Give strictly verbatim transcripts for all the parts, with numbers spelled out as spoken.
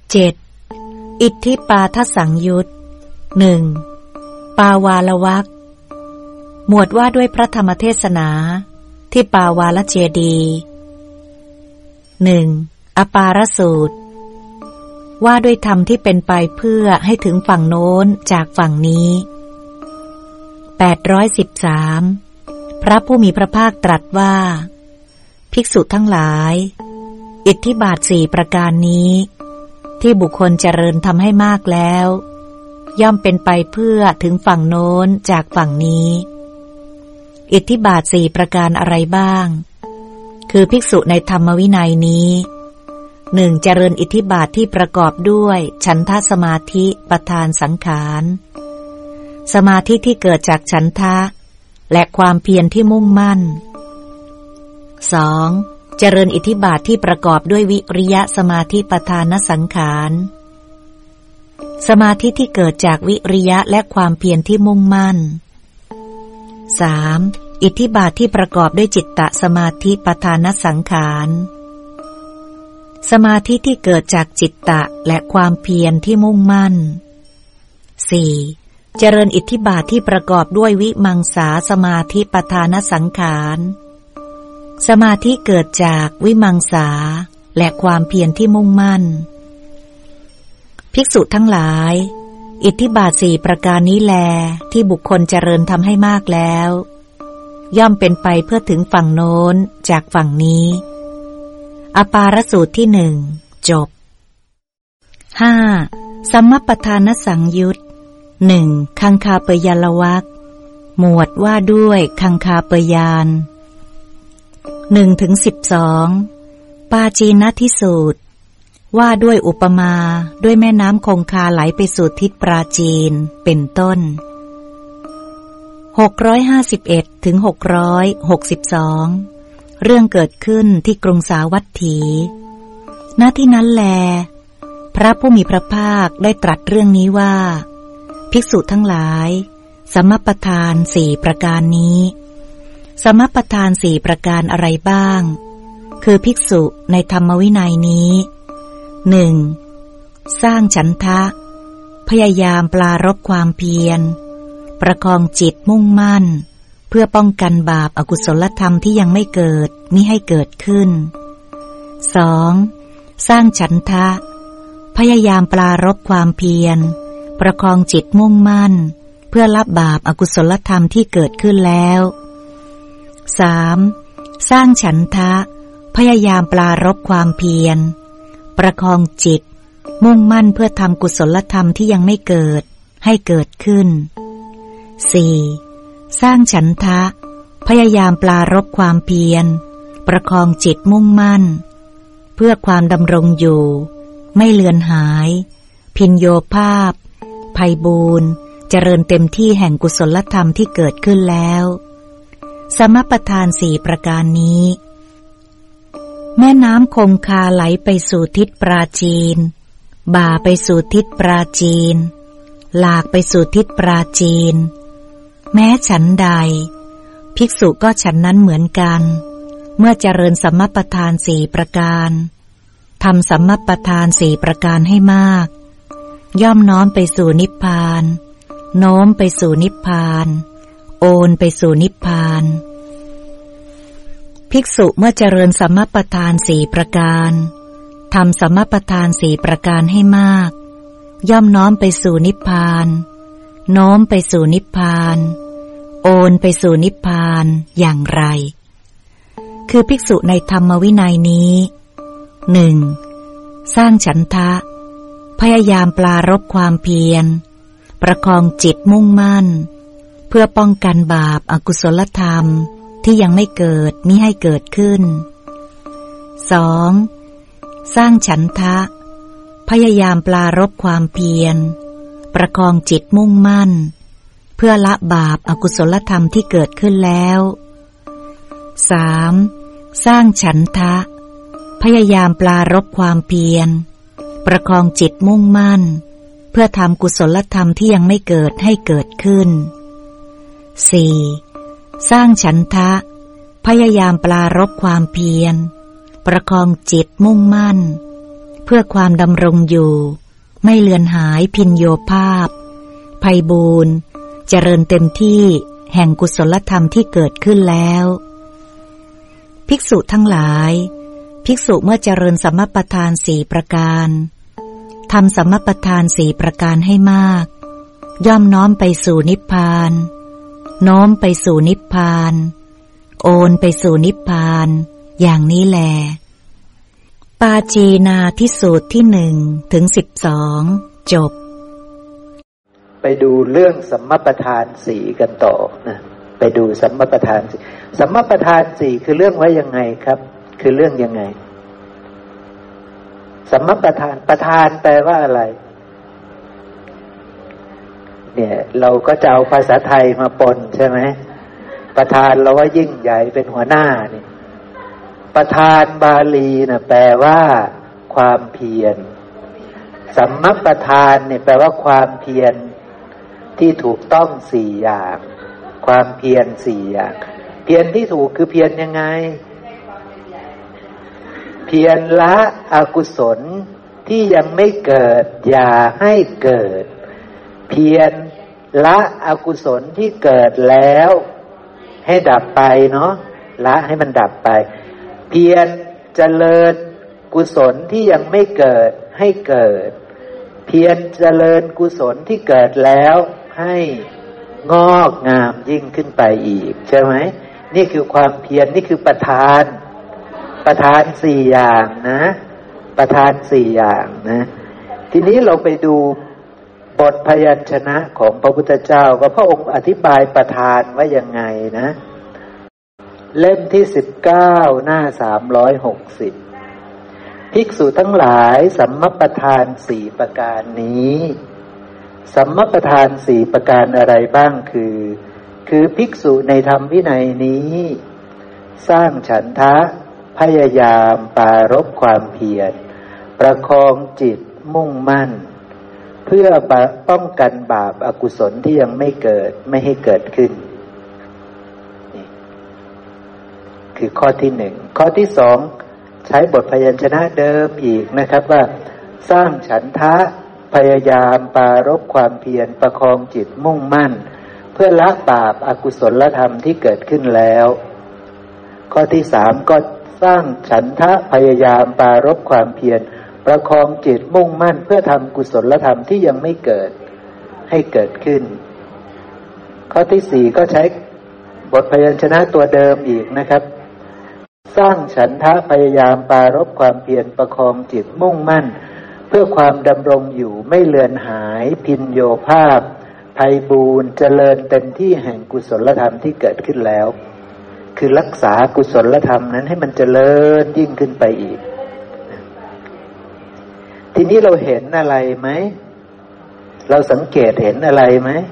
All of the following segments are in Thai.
เจ็ดอิทธิปาทสังยุตหนึ่งปาวาลวรรคหมวดว่าด้วยพระธรรมเทศนาที่ปาวาลเจดีย์หนึ่งอปารสูตรว่าด้วยธรรมที่เป็นไปเพื่อให้ถึงฝั่งโน้นจากฝั่งนี้แปดร้อยสิบสามพระผู้มีพระภาคตรัสว่าภิกษุทั้งหลายอิทธิบาทสี่ประการนี้ที่บุคคลเจริญทำให้มากแล้วย่อมเป็นไปเพื่อถึงฝั่งโน้นจากฝั่งนี้อิทธิบาทสี่ประการอะไรบ้างคือภิกษุในธรรมวินัยนี้หนึ่งเจริญอิทธิบาทที่ประกอบด้วยฉันทะสมาธิประธานสังขารสมาธิที่เกิดจากฉันทะและความเพียรที่มุ่งมั่นสองเจริญอิทธิบาทที่ประกอบด้วยวิริยะสมาธิประธานสังขารสมาธิที่เกิดจากวิริยะและความเพียรที่มุ่งมั่นสามอิทธิบาทที่ประกอบด้วยจิตตสมาธิประธานสังขารสมาธิที่เกิดจากจิตตะและความเพียรที่มุ่งมั่นสี่เจริญอิทธิบาทที่ประกอบด้วยวิมังสาสมาธิประธานสังขารสมาธิเกิดจากวิมังสาและความเพียรที่มุ่งมั่นภิกษุทั้งหลายอิทธิบาทสี่ประการนี้แลที่บุคคลเจริญทำให้มากแล้วย่อมเป็นไปเพื่อถึงฝั่งโน้นจากฝั่งนี้อปารสูตรที่หนึ่งจบห้าสัมมัปปทานสังยุตหนึ่งคังคาเปยาลวรรคหมวดว่าด้วยคังคาเปยานหนึ่งถึงสิบสองปาจีนทิสูตรว่าด้วยอุปมาด้วยแม่น้ำคงคาไหลไปสู่ทิศปราจีนเป็นต้นหกร้อยห้าสิบเอ็ดถึงหกร้อยหกสิบสองเรื่องเกิดขึ้นที่กรุงสาวัตถี ณ ที่นั้นแลพระผู้มีพระภาคได้ตรัสเรื่องนี้ว่าภิกษุทั้งหลายสัมมัปปทานสี่ประการนี้สัมมัปปทานสี่ประการอะไรบ้างคือภิกษุในธรรมวินัยนี้หนึ่งสร้างฉันทะพยายามปรารภความเพียรประคองจิตมุ่งมั่นเพื่อป้องกันบาปอกุศลธรรมที่ยังไม่เกิดมิให้เกิดขึ้น สอง. สร้างฉันทะพยายามปรารภความเพียรประคองจิตมุ่งมั่นเพื่อละบาปอกุศลธรรมที่เกิดขึ้นแล้ว สาม. สร้างฉันทะพยายามปรารภความเพียรประคองจิตมุ่งมั่นเพื่อทำกุศลธรรมที่ยังไม่เกิดให้เกิดขึ้น สี่. สร้างฉันทะพยายามปรารภความเพียรประคองจิตมุ่งมั่นเพื่อความดำรงอยู่ไม่เลือนหายพินโยภาพไพบูรณ์เจริญเต็มที่แห่งกุศลธรรมที่เกิดขึ้นแล้วสัมมัปปทานสี่ประการนี้แม่น้ำคงคาไหลไปสู่ทิศปราจีนบ่าไปสู่ทิศปราจีนหลากไปสู่ทิศปราจีนแม้ฉันใดภิกษุก็ฉันนั้นเหมือนกันเมื่อเจริญสัมมัปปทานสี่ประการทำสัมมัปปทานสี่ประการให้มากย่อมน้อมไปสู่นิพพานโน้มไปสู่นิพพานโอนไปสู่นิพพานภิกษุเมื่อเจริญสัมมัปปทานสี่ประการทำสัมมัปปทานสี่ประการให้มากย่อมน้อมไปสู่นิพพานโน้มไปสู่นิพพานโอนไปสู่นิพพานอย่างไรคือภิกษุในธรรมวินัยนี้หนึ่งสร้างฉันทะพยายามปรารภความเพียรประคองจิตมุ่งมั่นเพื่อป้องกันบาปอกุศลธรรมที่ยังไม่เกิดมิให้เกิดขึ้น สอง. สร้างฉันทะพยายามปรารภความเพียรประคองจิตมุ่งมั่นเพื่อละบาปอกุศลธรรมที่เกิดขึ้นแล้ว สาม. สร้างฉันทะพยายามปรารภความเพียรประคองจิตมุ่งมั่นเพื่อทำกุศลธรรมที่ยังไม่เกิดให้เกิดขึ้น สี่. สร้างฉันทะพยายามปรารภความเพียรประคองจิตมุ่งมั่นเพื่อความดำรงอยู่ไม่เลือนหายพินโยภาพไพบูรณ์เจริญเต็มที่แห่งกุศลธรรมที่เกิดขึ้นแล้วภิกษุทั้งหลายภิกษุเมื่อเจริญสัมมัปทานสี่ประการทำสัมมัปทานสี่ประการให้มากย่อมน้อมไปสู่นิพพานโน้มไปสู่นิพพานโอนไปสู่นิพพานอย่างนี้แลปาจีนาทิสูตรที่หนึ่งถึงสิบสองจบไปดูเรื่องสัมมัปทานสี่กันต่อนะไปดูสัมมัปทานสี่สัมมัปทานสี่คือเรื่องไว้ยังไงครับคือเรื่องยังไงสัมมัปทานประธานแปลว่าอะไรเนี่ยเราก็จะเอาภาษาไทยมาปนใช่ไหมประธานเราว่ายิ่งใหญ่เป็นหัวหน้านี่ประธานบาลีนะแปลว่าความเพียรสัมมัปทานเนี่ยแปลว่าความเพียรที่ถูกต้องสี่อย่างความเพียรสี่อย่างเพียรที่ถูกคือเพียรยังไงเพียรละอกุศลที่ยังไม่เกิดอย่าให้เกิดเพียรละอกุศลที่เกิดแล้วให้ดับไปเนาะละให้มันดับไปเพียรเจริญกุศลที่ยังไม่เกิดให้เกิดเพียรเจริญกุศลที่เกิดแล้วให้งอกงามยิ่งขึ้นไปอีกใช่ไหมนี่คือความเพียรนี่คือประธานประธานสี่อย่างนะประธานสี่อย่างนะทีนี้เราไปดูบทพยัญชนะของพระพุทธเจ้าว่าพระองค์อธิบายประธานว่ายังไงนะเล่มที่สิบเก้าหน้าสามร้อยหกสิบภิกษุทั้งหลายสัมมัปทานสี่ประการนี้สัมมัปทานสี่ประการอะไรบ้างคือคือภิกษุในธรรมวินัยนี้สร้างฉันทะพยายามปรารภความเพียรประคองจิตมุ่งมั่นเพื่อป้องกันบาปอกุศลที่ยังไม่เกิดไม่ให้เกิดขึ้นนี่คือข้อที่หนึ่งข้อที่สองใช้บทพยัญชนะเดิมอีกนะครับว่าสร้างฉันทะพยายามปรารภความเพียรประคองจิตมุ่งมั่นเพื่อละบาปอกุศลธรรมที่เกิดขึ้นแล้วข้อที่สามก็สร้างฉันทะพยายามปรารภความเพียรประคองจิตมุ่งมั่นเพื่อทำกุศลธรรมที่ยังไม่เกิดให้เกิดขึ้นข้อที่สี่ก็ใช้บทพยัญชนะตัวเดิมอีกนะครับสร้างฉันทะพยายามปรารภความเพียรประคองจิตมุ่งมั่นเพื่อความดำรงอยู่ไม่เลือนหายพินโยภาพไพบูรณ์เจริญเต็มที่แห่งกุศลธรรมที่เกิดขึ้นแล้วคือรักษากุศลธรรมนั้นให้มันเจริญยิ่งขึ้นไปอีกทีนี้เราเห็นอะไรไหมเราสังเกตเห็นอะไรไหม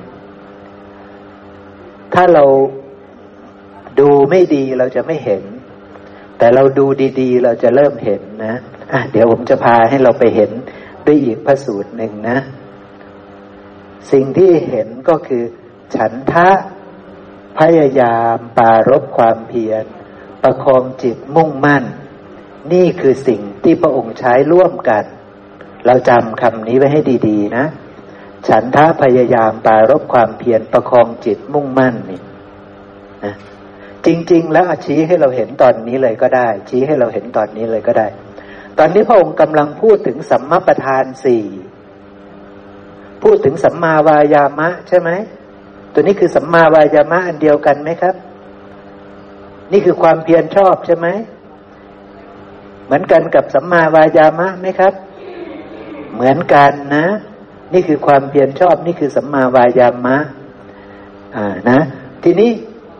ถ้าเราดูไม่ดีเราจะไม่เห็นแต่เราดูดีๆเราจะเริ่มเห็นนะอ่ะเดี๋ยวผมจะพาให้เราไปเห็นด้วยอีกพระสูตรหนึ่งนะสิ่งที่เห็นก็คือฉันทะพยายามปรารภความเพียรประคองจิตมุ่งมั่นนี่คือสิ่งที่พระองค์ใช้ร่วมกันเราจำคำนี้ไว้ให้ดีๆนะฉันทะพยายามปรารภความเพียรประคองจิตมุ่งมั่นนี่นะจริงๆแล้วชี้ให้เราเห็นตอนนี้เลยก็ได้ชี้ให้เราเห็นตอนนี้เลยก็ได้ตอนนี้พระองค์กำลังพูดถึงสัมมัปทานสี่พูดถึงสัมมาวายามะใช่ไหมตัวนี้คือสัมมาวายามะอันเดียวกันไหมครับนี่คือความเพียรชอบใช่ไหมเหมือนกันกับสัมมาวายามะไหมครับเหมือนกันนะนี่คือความเพียรชอบนี่คือสัมมาวายามะอ่านะทีนี้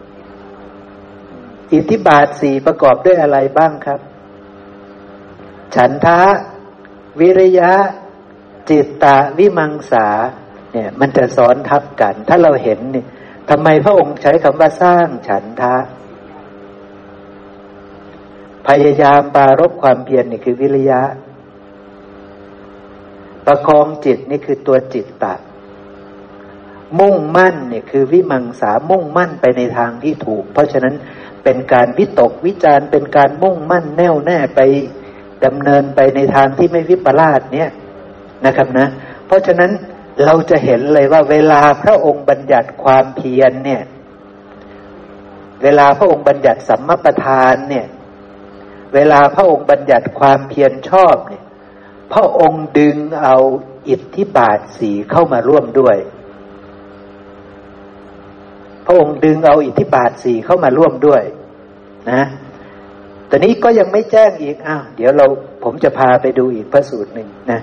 อิทธิบาทสี่ประกอบด้วยอะไรบ้างครับฉันทะวิริยะจิตตะวิมังสาเนี่ยมันจะซ้อนทับกันถ้าเราเห็นนี่ทำไมพระองค์ใช้คำว่าสร้างฉันทะพยายามปรารภความเพียรนี่คือวิริยะประคองจิตนี่คือตัวจิตตะมุ่งมั่นเนี่ยคือวิมังสามุ่งมั่นไปในทางที่ถูกเพราะฉะนั้นเป็นการวิตกวิจารเป็นการมุ่งมั่นแน่วแน่ไปดำเนินไปในทางที่ไม่วิปลาสเนี่ยนะครับนะเพราะฉะนั้นเราจะเห็นเลยว่าเวลาพระองค์บัญญัติความเพียรเนี่ยเวลาพระองค์บัญญัติสัมมาประธานเนี่ยเวลาพระองค์บัญญัติความเพียรชอบเนี่ยพระองค์ดึงเอาอิทธิบาทสี่เข้ามาร่วมด้วยพระองค์ดึงเอาอิทธิบาทสี่เข้ามาร่วมด้วยนะแต่นี้ก็ยังไม่แจ้งอีกอ้าวเดี๋ยวเราผมจะพาไปดูอีกพระสูตรหนึ่งนะ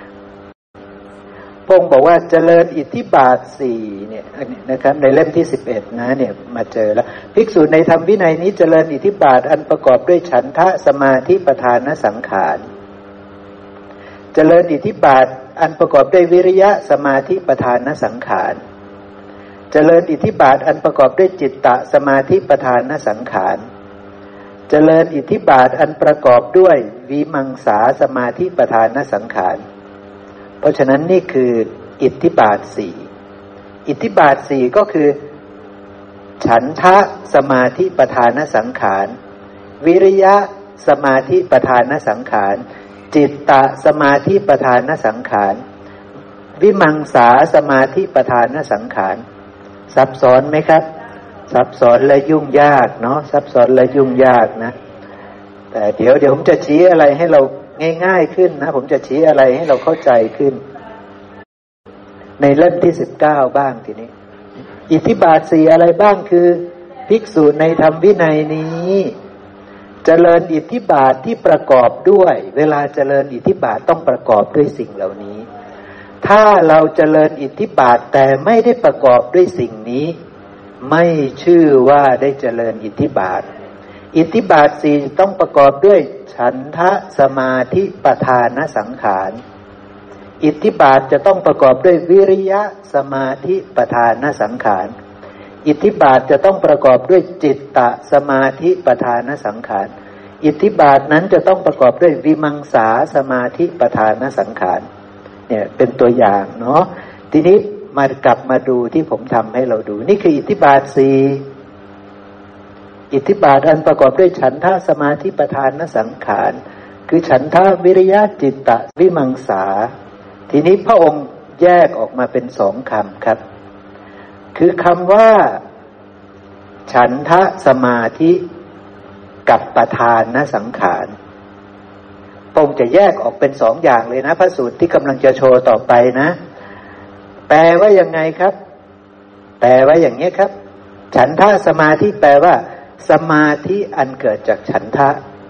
พระองค์บอกว่าเจริญอิทธิบาทสี่เนี่ยนะครับในเล่มที่สิบเอ็ดนะเนี่ยมาเจอแล้วภิกษุในธรรมวินัยนี้เจริญอิทธิบาทอันประกอบด้วยฉันทะสมาธิประธานสังขารเจริญอิทธิบาทอันประกอบด้วยวิริยะสมาธิประธานสังขารเจริญอิทธิบาทอันประกอบด้วยจิตตะสมาธิประธานสังขารเจริญอิทธิบาทอันประกอบด้วยวิมังสาสมาธิประธานสังขารเพราะฉะนั้นนี่คืออิทธิบาทสี่อิทธิบาทสี่ก็คือฉันทะสมาธิประธานสังขารวิริยะสมาธิประธานสังขารจิตตะสมาธิประธานสังขารวิมังสาสมาธิประธานสังขารซับซ้อนไหมครับซับซ้อนและยุ่งยากเนาะซับซ้อนและยุ่งยากนะแต่เดี๋ยวเดี๋ยวผมจะชี้อะไรให้เราง่ายๆขึ้นนะผมจะชี้อะไรให้เราเข้าใจขึ้นในเล่มที่สิบเก้าบ้างทีนี้อิทธิบาทสี่อะไรบ้างคือภิกษุในธรรมวินัยนี้เจริญอิทธิบาทที่ประกอบด้วยเวลาเจริญอิทธิบาทต้องประกอบด้วยสิ่งเหล่านี้ถ้าเราเจริญอิทธิบาทแต่ไม่ได้ประกอบด้วยสิ่งนี้ไม่ชื่อว่าได้เจริญอิทธิบาทอิทธิบาทสี่ต้องประกอบด้วยฉันทะสมาธิประธานสังขารอิทธิบาทจะต้องประกอบด้วยวิริยะสมาธิประธานสังขารอิทธิบาทจะต้องประกอบด้วยจิตตะสมาธิประธานสังขารอิทธิบาทนั้นจะต้องประกอบด้วยวิมังสาสมาธิประธานสังขารเนี่ยเป็นตัวอย่างเนาะทีนี้มากลับมาดูที่ผมทำให้เราดูนี่คืออิทธิบาทสี่อิทธิบาทอันประกอบด้วยฉันทะสมาธิประธานสังขารคือฉันทะวิริยะจิตตะวิมังสาทีนี้พระองค์แยกออกมาเป็นสองคำครับคือคำว่าฉันทะสมาธิกับประธานสังขารพระองค์จะแยกออกเป็นสองอย่างเลยนะพระสูตรที่กำลังจะโชว์ต่อไปนะแปลว่ายังไงครับแปลว่าอย่างนี้ครับฉันทะสมาธิแปลว่าสมาธิอันเกิดจากฉันทะ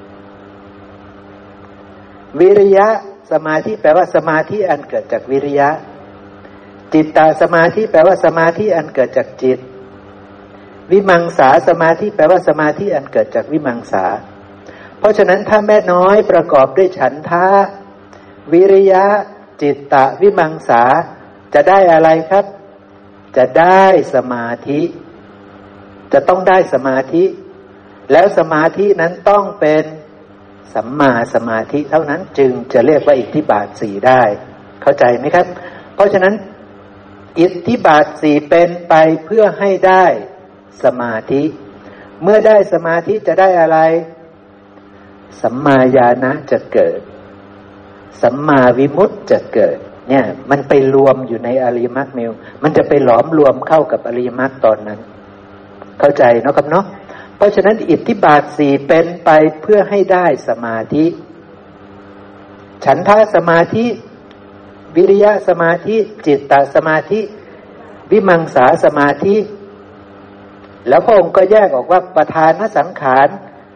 วิริยะสมาธิแปลว่าสมาธิอันเกิดจากวิริยะจิตตสมาธิแปลว่าสมาธิอันเกิดจากจิตวิมังสาสมาธิแปลว่าสมาธิอันเกิดจากวิมังสาเพราะฉะนั้นถ้าแม่น้อยประกอบด้วยฉันทะวิริยะจิตตวิมังสาจะได้อะไรครับจะได้สมาธิจะต้องได้สมาธิแล้วสมาธินั้นต้องเป็นสัมมาสมาธิเท่านั้นจึงจะเรียกว่าอิทธิบาทสี่ได้เข้าใจไหมครับเพราะฉะนั้นอิทธิบาทสี่เป็นไปเพื่อให้ได้สมาธิเมื่อได้สมาธิจะได้อะไรสัมมาญาณะจะเกิดสัมมาวิมุตติจะเกิดเนี่ยมันไปรวมอยู่ในอริยมรรคมิวมันจะไปหลอมรวมเข้ากับอริยมรรคตอนนั้นเข้าใจเนาะครับเนาะเพราะฉะนั้นอิทธิบาทสี่เป็นไปเพื่อให้ได้สมาธิฉันทะสมาธิวิริยะสมาธิจิตตสมาธิวิมังสาสมาธิแล้วพระองค์ก็แยกออกว่าประธานสังขาร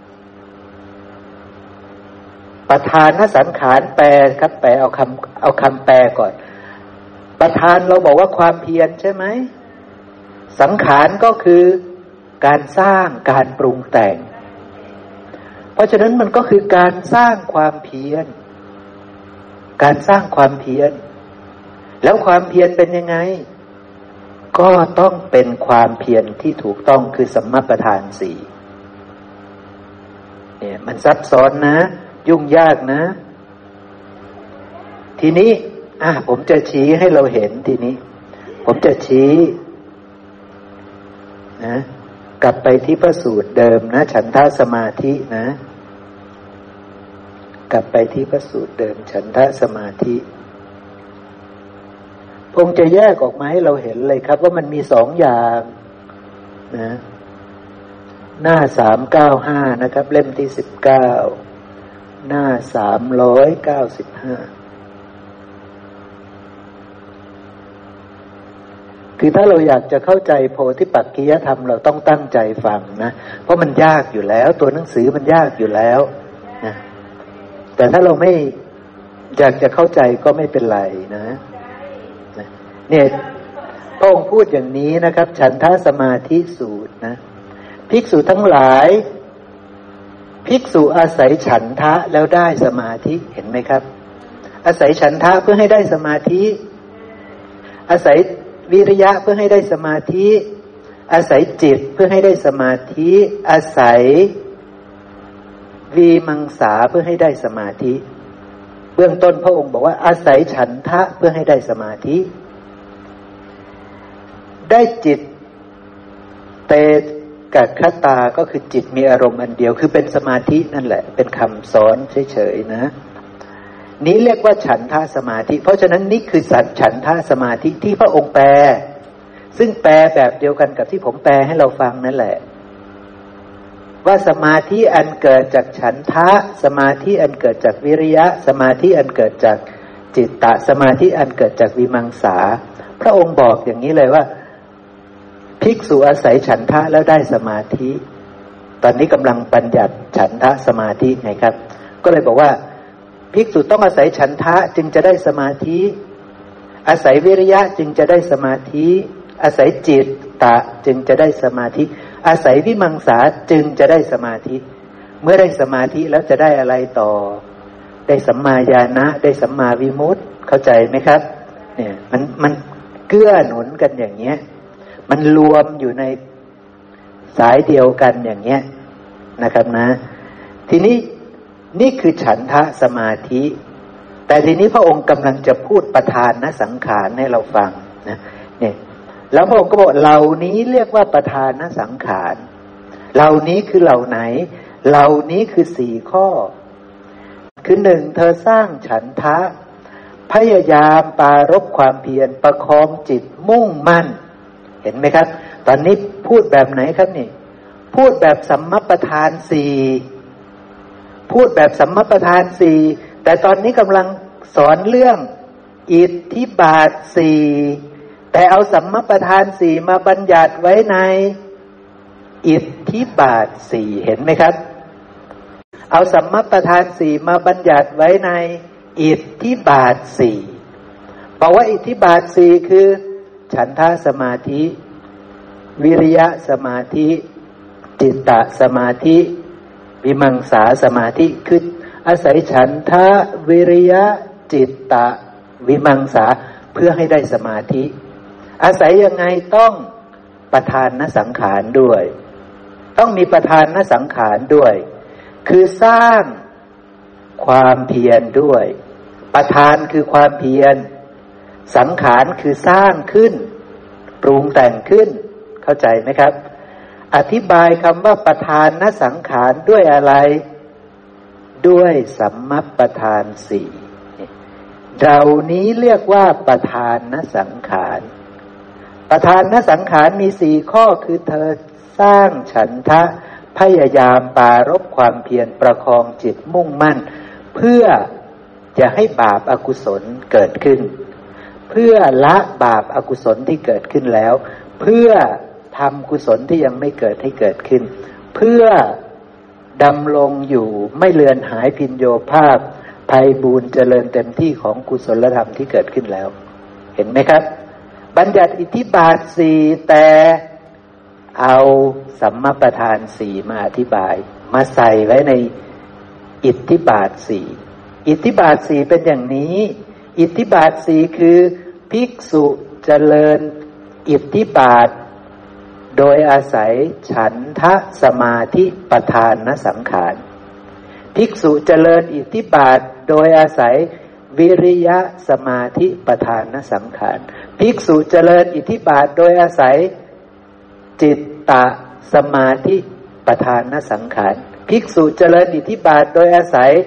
ประธานสังขารแปลครับแปลเอาคำเอาคำแปลก่อนประธานเราบอกว่าความเพียรใช่ไหมสังขารก็คือการสร้างการปรุงแต่งเพราะฉะนั้นมันก็คือการสร้างความเพียรการสร้างความเพียรแล้วความเพียรเป็นยังไงก็ต้องเป็นความเพียรที่ถูกต้องคือสัมมาประธานสี่เนี่ยมันซับซ้อนนะยุ่งยากนะทีนี้อ่ะผมจะชี้ให้เราเห็นทีนี้ผมจะชี้นะกลับไปที่พระสูตรเดิมนะฉันทะสมาธินะกลับไปที่พระสูตรเดิมฉันทะสมาธิคงจะแยกออกมาให้เราเห็นเลยครับว่ามันมีสองอย่างนะหน้าสามเก้าห้านะครับเล่มที่สิบเก้าหน้าสามร้อยเก้าสิบห้าคือถ้าเราอยากจะเข้าใจโพธิปักขิยธรรมเราต้องตั้งใจฟังนะเพราะมันยากอยู่แล้วตัวหนังสือมันยากอยู่แล้วนะแต่ถ้าเราไม่อยากจะเข้าใจก็ไม่เป็นไรนะเนี่ยพระองค์พูดอย่างนี้นะครับฉันทะสมาธิสูตรนะภิกษุทั้งหลายภิกษุอาศัยฉันทะแล้วได้สมาธิเห็นไหมครับอาศัยฉันทะเพื่อให้ได้สมาธิอาศัยวิริยะเพื่อให้ได้สมาธิอาศัยจิตเพื่อให้ได้สมาธิอาศัยวีมังสาเพื่อให้ได้สมาธิเบื้องต้นพระองค์บอกว่าอาศัยฉันทะเพื่อให้ได้สมาธิได้จิตเตกัคตาก็คือจิตมีอารมณ์อันเดียวคือเป็นสมาธินั่นแหละเป็นคำสอนเฉยๆนะนี้เรียกว่าฉันทะสมาธิเพราะฉะนั้นนี่คือสัจฉันทะสมาธิที่พระองค์แปลซึ่งแปลแบบเดียวกันกับที่ผมแปลให้เราฟังนั่นแหละว่าสมาธิอันเกิดจากฉันทะสมาธิอันเกิดจากวิริยะสมาธิอันเกิดจากจิตตะสมาธิอันเกิดจากวิมังสาพระองค์บอกอย่างนี้เลยว่าภิกษุอาศัยฉันทะแล้วได้สมาธิตอนนี้กำลังบัญญัติฉันทะสมาธิไงครับก็เลยบอกว่าภิกษุต้องอาศัยฉันทะจึงจะได้สมาธิอาศัยวิริยะจึงจะได้สมาธิอาศัยจิตตะจึงจะได้สมาธิอาศัยวิมังสาจึงจะได้สมาธิเมื่อได้สมาธิแล้วจะได้อะไรต่อได้สัมมาญาณะได้สัมมาวิมุตติเข้าใจไหมครับเนี่ยมันมันเกื้อหนุนกันอย่างเงี้ยมันรวมอยู่ในสายเดียวกันอย่างเงี้ยนะครับนะทีนี้นี่คือฉันทะสมาธิแต่ทีนี้พระองค์กำลังจะพูดประธานนะสังขารให้เราฟังนะเนี่ยแล้วพระองค์ก็บอกเหล่านี้เรียกว่าประธานนะสังขารเหล่านี้คือเหล่าไหนเหล่านี้คือสี่ข้อคือหนึ่งเธอสร้างฉันทะพยายามปรารภความเพียรประคองจิตมุ่งมั่นเห็นไหมครับตอนนี้พูดแบบไหนครับนี่พูดแบบสัมมัปปทานสี่พูดแบบสัมมัปปทานสี่แต่ตอนนี้กำลังสอนเรื่องอิทธิบาทสี่แต่เอาสัมมัปปทานสี่มาบัญญัติไว้ในอิทธิบาทสี่เห็นไหมครับเอาสัมมัปปทานสี่มาบัญญัติไว้ในอิทธิบาทสี่บอกว่าอิทธิบาทสี่คือฉันทะสมาธิวิริยะสมาธิจิตตะสมาธิวิมังสาสมาธิคืออาศัยฉันทะวิริยะจิตตะวิมังสาเพื่อให้ได้สมาธิอาศัยยังไงต้องประธานนสังขารด้วยต้องมีประธานนสังขารด้วยคือสร้างความเพียรด้วยประธานคือความเพียรสังขารคือสร้างขึ้นปรุงแต่งขึ้นเข้าใจไหมครับอธิบายคำว่าประธานนสังขารด้วยอะไรด้วยสัมมัปปทานสี่เหล่านี้เรียกว่าประธานนสังขารประธานนสังขารมีสี่ข้อคือเธอสร้างฉันทะพยายามปรารภความเพียรประคองจิตมุ่งมั่นเพื่อจะให้บาปอกุศลเกิดขึ้นเพื่อละบาปอกุศลที่เกิดขึ้นแล้วเพื่อทำกุศลที่ยังไม่เกิดให้เกิดขึ้นเพื่อดำรงอยู่ไม่เลือนหายพินโยภาพไพบูลย์เจริญเต็มที่ของกุศลธรรมที่เกิดขึ้นแล้วเห็นไหมครับบัญญัติอิทธิบาทสี่แต่เอาสัมมัปปทานสี่มาอธิบายมาใส่ไว้ในอิทธิบาทสี่อิทธิบาทสี่เป็นอย่างนี้อิทธิบาทสี่คือภิกษุเจริญอิทธิบาทโดยอาศัยฉันทะสมาธิประธานนสังขารภิกษุเจริญอิทธิบาทโดยอาศัยวิริยะสมาธิประธานนสังขารภิกษุเจริญอิทธิบาทโดยอาศัยจิตตะสมาธิประธานนสังขารภิกษุเจริญอิทธิบาทโดยอาศัย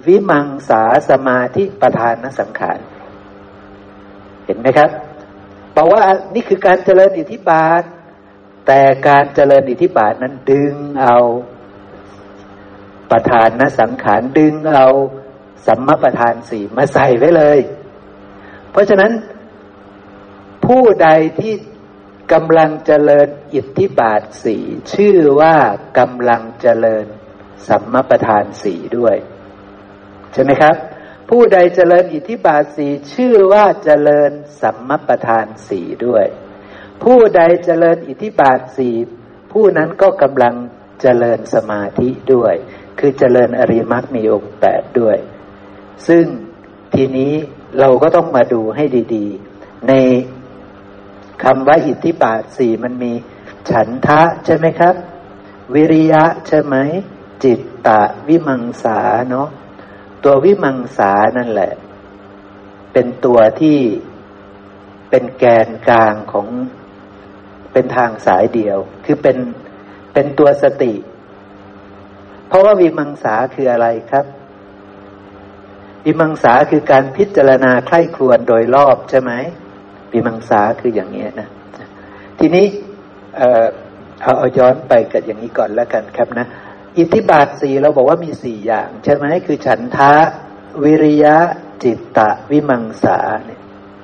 วิมังสาสมาธิประธานสังขารเห็นไหมครับบอกว่านี่คือการเจริญอิทธิบาทแต่การเจริญอิทธิบาทนั้นดึงเอาประธานสังขารดึงเอาสัมมาประธานสี่มาใส่ไว้เลยเพราะฉะนั้นผู้ใดที่กำลังเจริญอิทธิบาทสี่ชื่อว่ากำลังเจริญสัมมาประธานสี่ด้วยใช่ไหมครับผู้ใดเจริญอิทธิบาทสี่ชื่อว่าเจริญสัมมาประธานสี่ด้วยผู้ใดเจริญอิทธิบาทสี่ผู้นั้นก็กำลังเจริญสมาธิด้วยคือเจริญอริยมรรคมีองค์แปดด้วยซึ่งทีนี้เราก็ต้องมาดูให้ดีๆในคำว่าอิทธิบาทสี่มันมีฉันทะใช่ไหมครับวิริยะใช่ไหมจิตตะวิมังสาเนาะตัววิมังสานั่นแหละเป็นตัวที่เป็นแกนกลางของเป็นทางสายเดียวคือเป็นเป็นตัวสติเพราะว่าวิมังสาคืออะไรครับวิมังสาคือการพิจารณาใคร่ครวญโดยรอบใช่ไหมวิมังสาคืออย่างนี้นะทีนี้เอ่อเอาเอาย้อนไปกับอย่างนี้ก่อนแล้วกันครับนะอิทธิบาทสี่เราบอกว่ามีสี่อย่างใช่ไหมคือฉันทะวิริยะจิตตะวิมังสาเนี่ย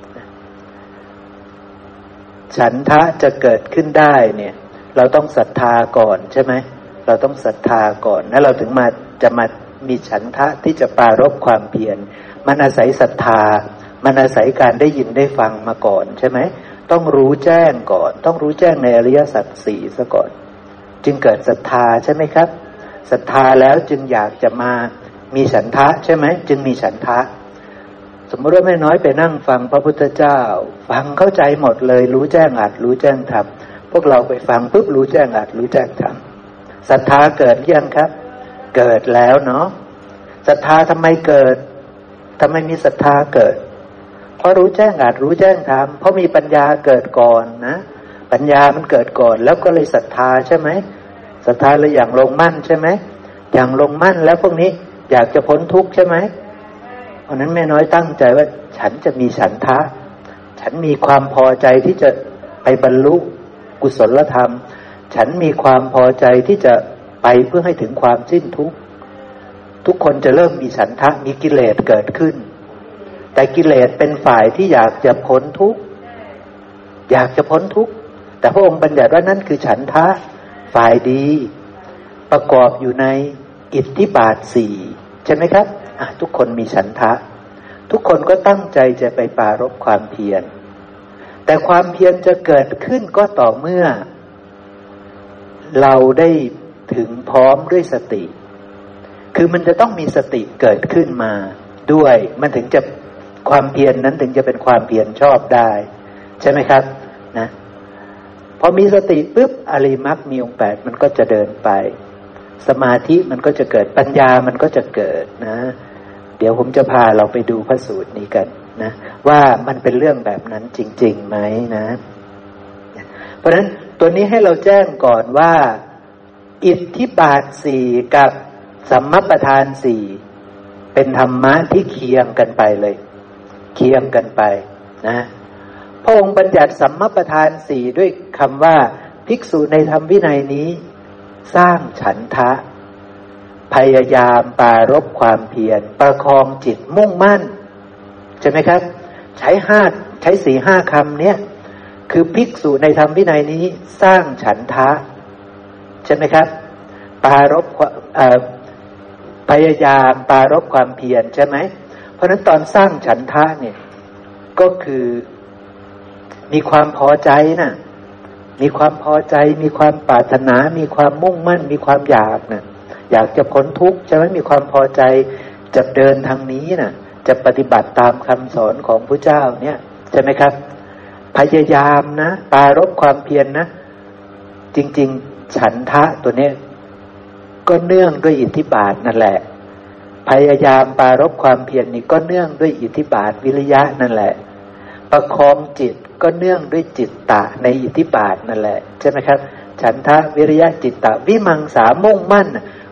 ฉันทะจะเกิดขึ้นได้เนี่ยเราต้องศรัทธาก่อนใช่ไหมเราต้องศรัทธาก่อนแล้วเราถึงมาจะมามีฉันทะที่จะปรารภความเพียรมันอาศัยศรัทธามันอาศัยการได้ยินได้ฟังมาก่อนใช่ไหมต้องรู้แจ้งก่อนต้องรู้แจ้งในอริยสัจสี่ซะก่อนจึงเกิดศรัทธาใช่ไหมครับศรัทธาแล้วจึงอยากจะมามีฉันทะใช่ไหมจึงมีฉันทะสมมติว่าแม่น้อยไปนั่งฟังพระพุทธเจ้าฟังเข้าใจหมดเลยรู้แจ้งอัดรู้แจ้งธรรมพวกเราไปฟังปุ๊บรู้แจ้งอัดรู้แจ้งธรรมศรัทธาเกิดยังครับเกิดแล้วเนาะศรัทธาทำไมเกิดทำไมมีศรัทธาเกิดเพราะรู้แจ้งอัดรู้แจ้งธรรมเพราะมีปัญญาเกิดก่อนนะปัญญามันเกิดก่อนแล้วก็เลยศรัทธาใช่ไหมศรัทธาเลยอย่างลงมั่นใช่ไหมอย่างลงมั่นแล้วพวกนี้อยากจะพ้นทุกข์ใช่ไหมเพราะนั้นแม่น้อยตั้งใจว่าฉันจะมีฉันทะฉันมีความพอใจที่จะไปบรรลุกุศลธรรมฉันมีความพอใจที่จะไปเพื่อให้ถึงความสิ้นทุกข์ทุกคนจะเริ่มมีฉันทะมีกิเลสเกิดขึ้นแต่กิเลสเป็นฝ่ายที่อยากจะพ้นทุกข์อยากจะพ้นทุกข์แต่พระองค์บัญญัติว่านั่นคือฉันทะฝ่ายดีประกอบอยู่ในอิทธิบาทสี่ใช่ไหมครับอ่ะทุกคนมีฉันทะทุกคนก็ตั้งใจจะไปปรารภความเพียรแต่ความเพียรจะเกิดขึ้นก็ต่อเมื่อเราได้ถึงพร้อมด้วยสติคือมันจะต้องมีสติเกิดขึ้นมาด้วยมันถึงจะความเพียร นั้นถึงจะเป็นความเพียรชอบได้ใช่ไหมครับนะพอมีสติปุ๊บอริยมรรคมีองค์แปดมันก็จะเดินไปสมาธิมันก็จะเกิดปัญญามันก็จะเกิดนะเดี๋ยวผมจะพาเราไปดูพระสูตรนี้กันนะว่ามันเป็นเรื่องแบบนั้นจริงๆไหมนะเพราะฉะนั้นตัวนี้ให้เราแจ้งก่อนว่าอิทธิบาทสี่กับสัมมัปปทานสี่เป็นธรรมะที่เคียงกันไปเลยเคียงกันไปนะพระองค์บัญญัติสัมมัปปทานสี่ด้วยคำว่าภิกษุในธรรมวินัยนี้สร้างฉันทะพยายามปรารภความเพียรประคองจิตมุ่งมั่นใช่ไหมครับใช้ห้าใช้สี่ห้าคำเนี้ยคือภิกษุในธรรมวินัยนี้สร้างฉันทะใช่ไหมครับปรารภพยายามปรารภความเพียรใช่ไหมเพราะฉะนั้นตอนสร้างฉันทะเนี่ยก็คือมีความพอใจนะมีความพอใจมีความปรารถนามีความมุ่งมั่นมีความอยากนะอยากจะพ้นทุกข์ใช่ไหมมีความพอใจจะเดินทางนี้นะจะปฏิบัติตามคำสอนของพระเจ้าเนี่ยใช่ไหมครับพยายามนะปรารภความเพียร น, นะจริงๆฉันทะตัวนี้ก็เนื่องด้วยอิทธิบาทนั่นแหละพยายามปรารภความเพียร นี่ก็เนื่องด้วยอิทธิบาทวิริยะนั่นแหละประคองจิตก็เนื่องด้วยจิตตะในอิทธิบาทนั่นแหละใช่ไหมครับฉันทะวิริยะจิตตะวิมังสามุ่งมั่น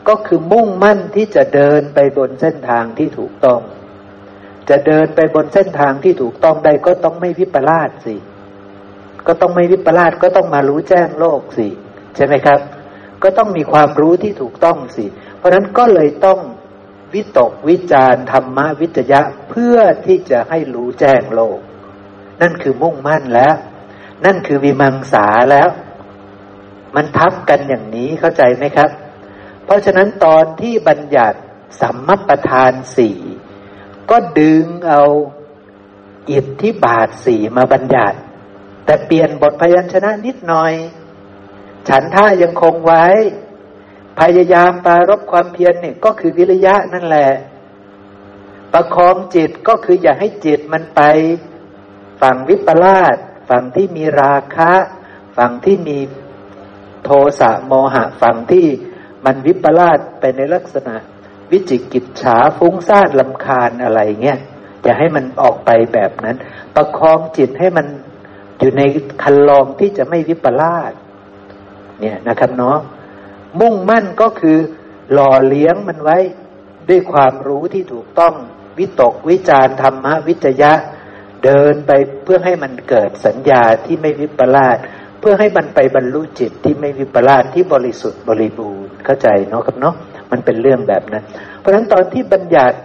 ก็คือมุ่งมั่นที่จะเดินไปบนเส้นทางที่ถูกต้องจะเดินไปบนเส้นทางที่ถูกต้องได้ก็ต้องไม่วิปลาสสิก็ต้องไม่วิปลาสก็ต้องมารู้แจ้งโลกสิใช่ไหมครับก็ต้องมีความรู้ที่ถูกต้องสิเพราะฉะนั้นก็เลยต้องวิตกวิจารธรรมวิจยะเพื่อที่จะให้รู้แจ้งโลกนั่นคือมุ่งมั่นแล้วนั่นคือวิมังสาแล้วมันทับกันอย่างนี้เข้าใจไหมครับเพราะฉะนั้นตอนที่บัญญัติสัมมัปปทานสี่ก็ดึงเอาอิทธิบาทสี่มาบัญญัติแต่เปลี่ยนบทพยัญชนะนิดหน่อยฉันทะยังคงไว้พยายามปรารภความเพียรเนี่ยก็คือวิริยะนั่นแหละประคองจิตก็คืออย่าให้จิตมันไปฝั่งวิปลาสฝั่งที่มีราคะฝั่งที่มีโทสะโมหะฝั่งที่มันวิปลาสไปในลักษณะวิจิกิจฉาฟุ้งซ่านรำคาญอะไรเงี้ยอย่าให้มันออกไปแบบนั้นประคองจิตให้มันอยู่ในคันลองที่จะไม่วิปลาสเนี่ยนะครับเนาะมุ่งมั่นก็คือหล่อเลี้ยงมันไว้ด้วยความรู้ที่ถูกต้องวิตกวิจารธรรมวิจยะเดินไปเพื่อให้มันเกิดสัญญาที่ไม่วิปลาสเพื่อให้มันไปบรรลุจิตที่ไม่วิปลาสที่บริสุทธิ์บริบูรณ์เข้าใจเนาะครับเนาะมันเป็นเรื่องแบบนั้นเพราะฉะนั้นตอนที่บัญญัติ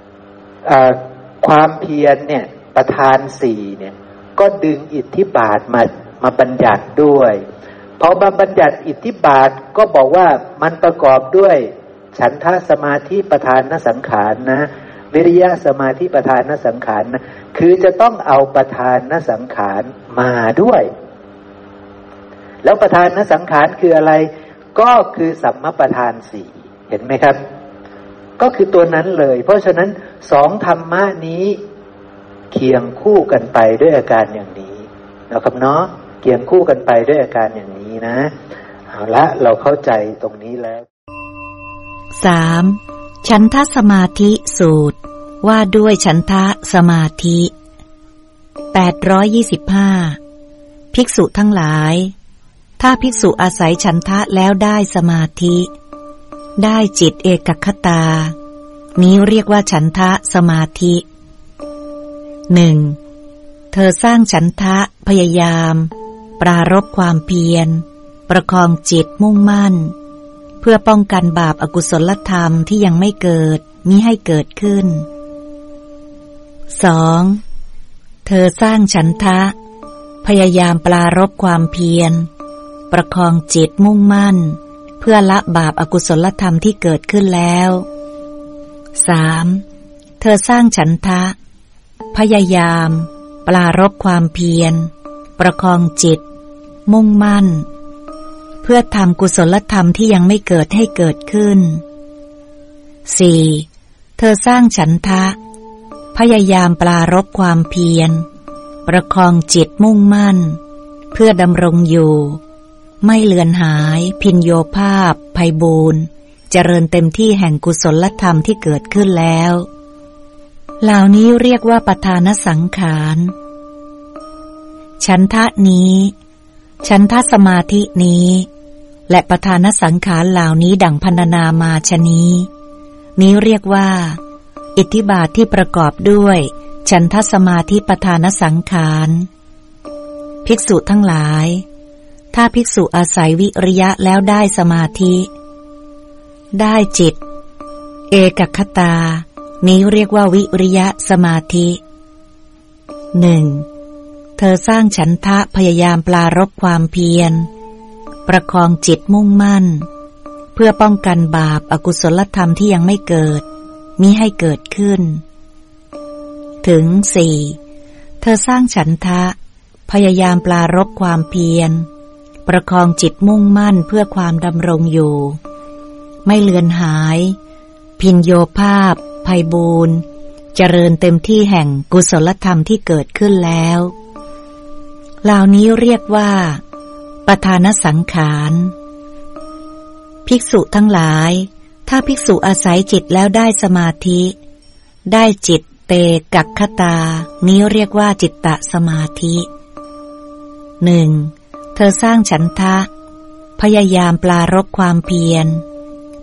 ความเพียรเนี่ยประธานสี่เนี่ยก็ดึงอิทธิบาทมามาบัญญัติด้วยพอมาบัญญัติอิทธิบาทก็บอกว่ามันประกอบด้วยฉันทะสมาธิประธานนสังขารนะวิริยะสมาธิประธานนสังขารนะคือจะต้องเอาประธานนสังขารมาด้วยแล้วประธานนสังขารคืออะไรก็คือสัมมประธานสี่เห็นไหมครับก็คือตัวนั้นเลยเพราะฉะนั้นสองธรรมะนี้เคียงคู่กันไปด้วยอาการอย่างนี้นะครับเนาะเคียงคู่กันไปด้วยอาการอย่างนี้นะเอาละเราเข้าใจตรงนี้แล้วสามฉันทะสมาธิสูตรว่าด้วยฉันทะสมาธิแปดร้อยยี่สิบห้าภิกษุทั้งหลายถ้าภิกษุอาศัยฉันทะแล้วได้สมาธิได้จิตเอกคตานี้เรียกว่าฉันทะสมาธิหนึ่งเธอสร้างฉันทะพยายามปรารภความเพียรประคองจิตมุ่งมั่นเพื่อป้องกันบาปอกุศลธรรมที่ยังไม่เกิดมิให้เกิดขึ้นสองเธอสร้างฉันทะพยายามปรารภความเพียรประคองจิตมุ่งมั่นเพื่อละบาปอกุศลธรรมที่เกิดขึ้นแล้วสามเธอสร้างฉันทะพยายามปรารภความเพียรประคองจิตมุ่งมั่นเพื่อทำกุศลธรรมที่ยังไม่เกิดให้เกิดขึ้นสี่เธอสร้างฉันทะพยายามปรารภความเพียรประคองจิตมุ่งมั่นเพื่อดำรงอยู่ไม่เลือนหายพินโยภาพไพบูรณ์เจริญเต็มที่แห่งกุศลธรรมที่เกิดขึ้นแล้วเหล่านี้เรียกว่าปทานสังขารฉันทะนี้ฉันทะสมาธินี้และปทานสังขารเหล่านี้ดั่งพรรณนามาชนี้นี้เรียกว่าอิทธิบาทที่ประกอบด้วยฉันทะสมาธิปทานสังขารภิกษุทั้งหลายถ้าภิกษุอาศัยวิริยะแล้วได้สมาธิได้จิตเอกคตานี้เรียกว่าวิริยะสมาธิหนึ่งเธอสร้างฉันทะพยายามปรารภความเพียรประคองจิตมุ่งมั่นเพื่อป้องกันบาปอกุศลธรรมที่ยังไม่เกิดมิให้เกิดขึ้นถึงสี่เธอสร้างฉันทะพยายามปรารภความเพียรประคองจิตมุ่งมั่นเพื่อความดำรงอยู่ไม่เลือนหายพินโยภาพไพบูรณ์เจริญเต็มที่แห่งกุศลธรรมที่เกิดขึ้นแล้วเหล่านี้เรียกว่าปทานสังขารภิกษุทั้งหลายถ้าภิกษุอาศัยจิตแล้วได้สมาธิได้จิตเตกัคคตานี้เรียกว่าจิตตสมาธิหนึ่งเธอสร้างฉันทะพยายามปรารภความเพียร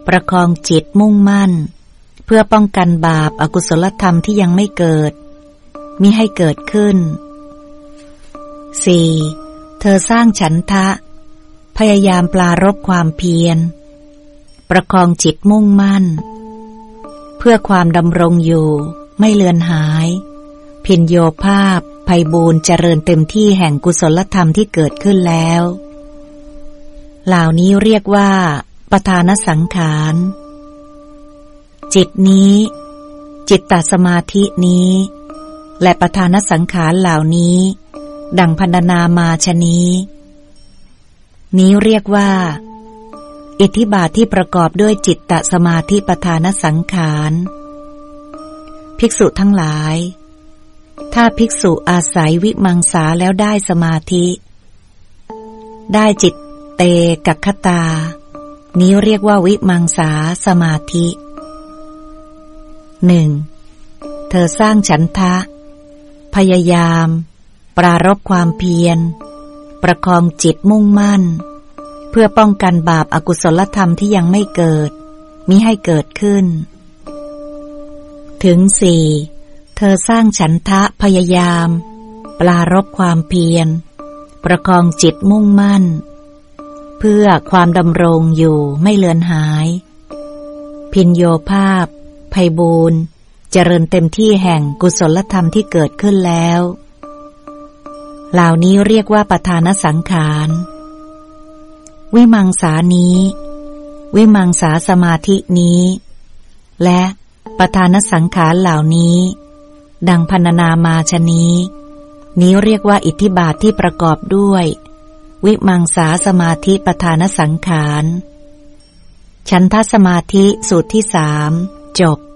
ประคองจิตมุ่งมั่นเพื่อป้องกันบาปอกุศลธรรมที่ยังไม่เกิดมิให้เกิดขึ้น สี่. เธอสร้างฉันทะพยายามปรารภความเพียรประคองจิตมุ่งมั่นเพื่อความดำรงอยู่ไม่เลือนหายพินโยภาพไพบูลย์เจริญเต็มที่แห่งกุศลธรรมที่เกิดขึ้นแล้วเหล่านี้เรียกว่าปทานสังขารจิตนี้จิตตสมาธินี้และปทานสังขารเหล่านี้ดังพรรณนามาชนี้นี้เรียกว่าอิทธิบาทที่ประกอบด้วยจิตตสมาธิปทานสังขารภิกษุทั้งหลายถ้าภิกษุอาศัยวิมังสาแล้วได้สมาธิได้จิตเตกัคคตานี้เรียกว่าวิมังสาสมาธิหนึ่งเธอสร้างฉันทะพยายามปรารภความเพียรประคองจิตมุ่งมั่นเพื่อป้องกันบาปอกุศลธรรมที่ยังไม่เกิดมิให้เกิดขึ้นถึงสี่เธอสร้างฉันทะพยายามปรารภความเพียรประคองจิตมุ่งมั่นเพื่อความดำรงอยู่ไม่เลือนหายพินโยภาพไพบูลย์เจริญเต็มที่แห่งกุศลธรรมที่เกิดขึ้นแล้วเหล่านี้เรียกว่าปทานสังขารวิมังสานี้วิมังสาสมาธินี้และปทานสังขารเหล่านี้ดังพรรณนามาชนี้นี้เรียกว่าอิทธิบาทที่ประกอบด้วยวิมังสาสมาธิปทานสังขารฉันทสมาธิสูตรที่สามจบ